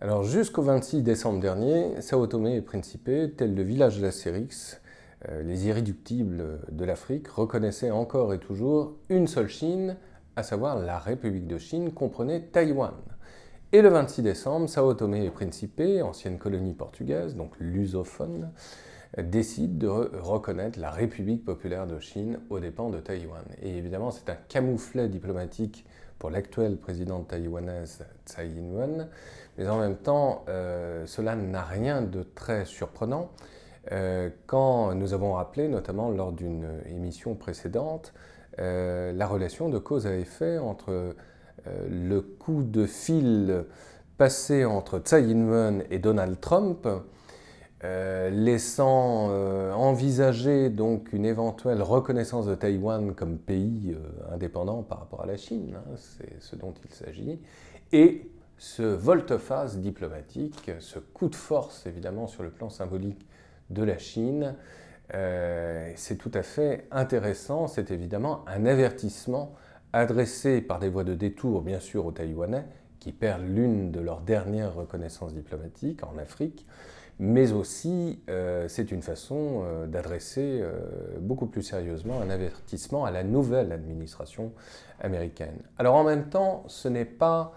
Alors jusqu'au 26 décembre dernier, Sao Tomé et Principe, tel le village d'Astérix, les irréductibles de l'Afrique, reconnaissaient encore et toujours une seule Chine, à savoir la République de Chine comprenait Taïwan. Et le 26 décembre, Sao Tomé et Principe, ancienne colonie portugaise, donc lusophone, décident de reconnaître la République populaire de Chine aux dépens de Taïwan. Et évidemment, c'est un camouflet diplomatique pour l'actuelle présidente taïwanaise Tsai Ing-wen, mais en même temps, cela n'a rien de très surprenant quand nous avons rappelé, notamment lors d'une émission précédente, la relation de cause à effet entre le coup de fil passé entre Tsai Ing-wen et Donald Trump, laissant envisager donc une éventuelle reconnaissance de Taïwan comme pays indépendant par rapport à la Chine, hein, c'est ce dont il s'agit, et ce volte-face diplomatique, ce coup de force évidemment sur le plan symbolique de la Chine, c'est tout à fait intéressant, c'est évidemment un avertissement adressé par des voies de détour bien sûr aux Taïwanais, qui perdent l'une de leurs dernières reconnaissances diplomatiques en Afrique, mais aussi c'est une façon d'adresser beaucoup plus sérieusement un avertissement à la nouvelle administration américaine. Alors en même temps, ce n'est pas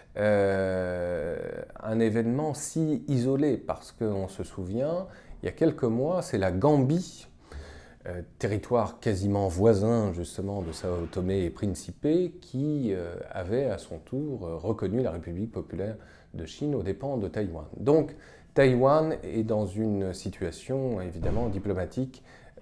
un événement si isolé, parce qu'on se souvient, il y a quelques mois, c'est la Gambie, territoire quasiment voisin justement de Sao Tomé et Principe, qui avait à son tour reconnu la République populaire de Chine aux dépens de Taïwan. Donc Taïwan est dans une situation évidemment diplomatique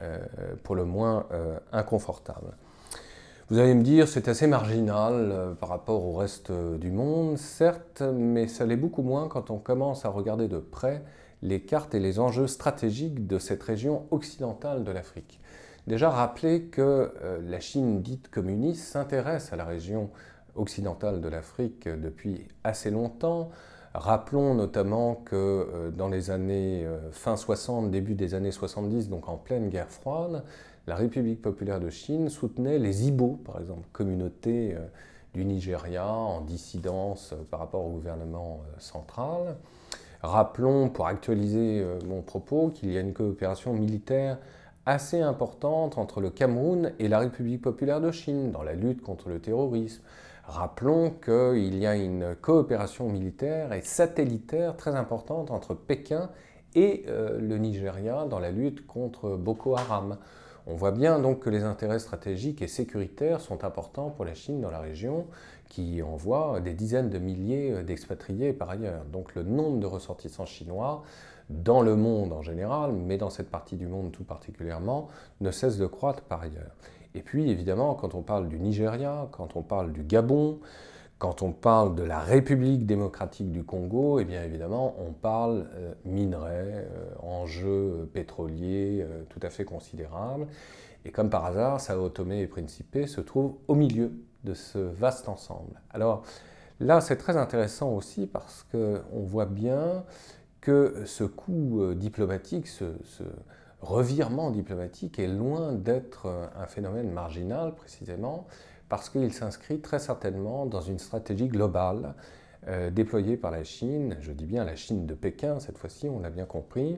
pour le moins inconfortable. Vous allez me dire, c'est assez marginal par rapport au reste du monde, certes, mais ça l'est beaucoup moins quand on commence à regarder de près les cartes et les enjeux stratégiques de cette région occidentale de l'Afrique. Déjà, rappelez que la Chine dite communiste s'intéresse à la région occidentale de l'Afrique depuis assez longtemps. Rappelons notamment que dans les années fin 60, début des années 70, donc en pleine guerre froide, la République populaire de Chine soutenait les Ibo, par exemple, communauté du Nigeria en dissidence par rapport au gouvernement central. Rappelons, pour actualiser mon propos, qu'il y a une coopération militaire assez importante entre le Cameroun et la République populaire de Chine dans la lutte contre le terrorisme. Rappelons qu'il y a une coopération militaire et satellitaire très importante entre Pékin et le Nigeria dans la lutte contre Boko Haram. On voit bien donc que les intérêts stratégiques et sécuritaires sont importants pour la Chine dans la région, qui envoie des dizaines de milliers d'expatriés par ailleurs. Donc le nombre de ressortissants chinois dans le monde en général, mais dans cette partie du monde tout particulièrement, ne cesse de croître par ailleurs. Et puis évidemment, quand on parle du Nigeria, quand on parle du Gabon, quand on parle de la République démocratique du Congo, eh bien évidemment, on parle minerais, enjeux pétroliers tout à fait considérables. Et comme par hasard, Sao Tomé et Principe se trouvent au milieu de ce vaste ensemble. Alors là, c'est très intéressant aussi parce qu'on voit bien que ce coup diplomatique, ce revirement diplomatique est loin d'être un phénomène marginal précisément, parce qu'il s'inscrit très certainement dans une stratégie globale déployée par la Chine, je dis bien la Chine de Pékin cette fois-ci, on l'a bien compris,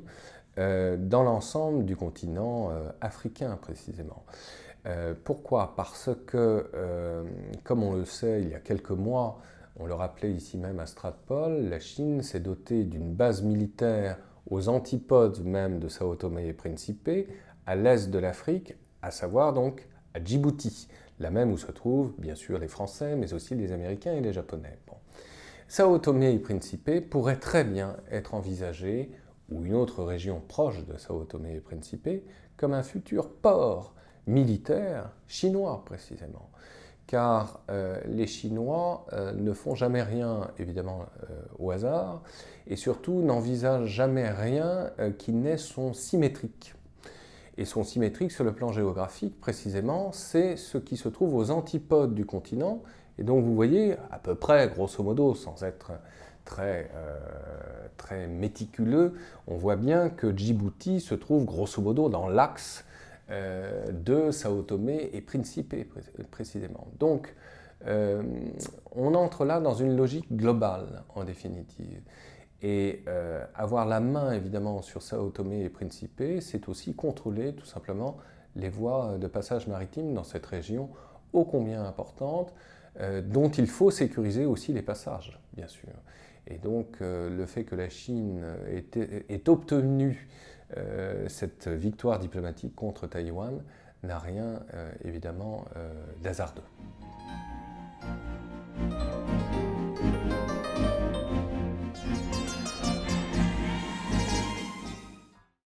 dans l'ensemble du continent africain précisément. Pourquoi? Parce que, comme on le sait, il y a quelques mois, on le rappelait ici même à Stratpol, la Chine s'est dotée d'une base militaire aux antipodes même de Sao Tomé et Principe, à l'est de l'Afrique, à savoir donc à Djibouti, la même où se trouvent bien sûr les Français, mais aussi les Américains et les Japonais. Bon. Sao Tomé et Principe pourrait très bien être envisagé, ou une autre région proche de Sao Tomé et Principe, comme un futur port militaire chinois précisément. Car les Chinois ne font jamais rien, évidemment, au hasard, et surtout n'envisagent jamais rien qui n'ait son symétrique. Et son symétrique sur le plan géographique, précisément, c'est ce qui se trouve aux antipodes du continent. Et donc vous voyez, à peu près, grosso modo, sans être très méticuleux, on voit bien que Djibouti se trouve grosso modo dans l'axe de Sao Tomé et Principe précisément. Donc on entre là dans une logique globale en définitive. Et avoir la main, évidemment, sur Sao Tomé et Principe, c'est aussi contrôler tout simplement les voies de passage maritime dans cette région ô combien importante, dont il faut sécuriser aussi les passages, bien sûr. Et donc le fait que la Chine ait obtenu cette victoire diplomatique contre Taïwan n'a rien, évidemment, d'hasardeux.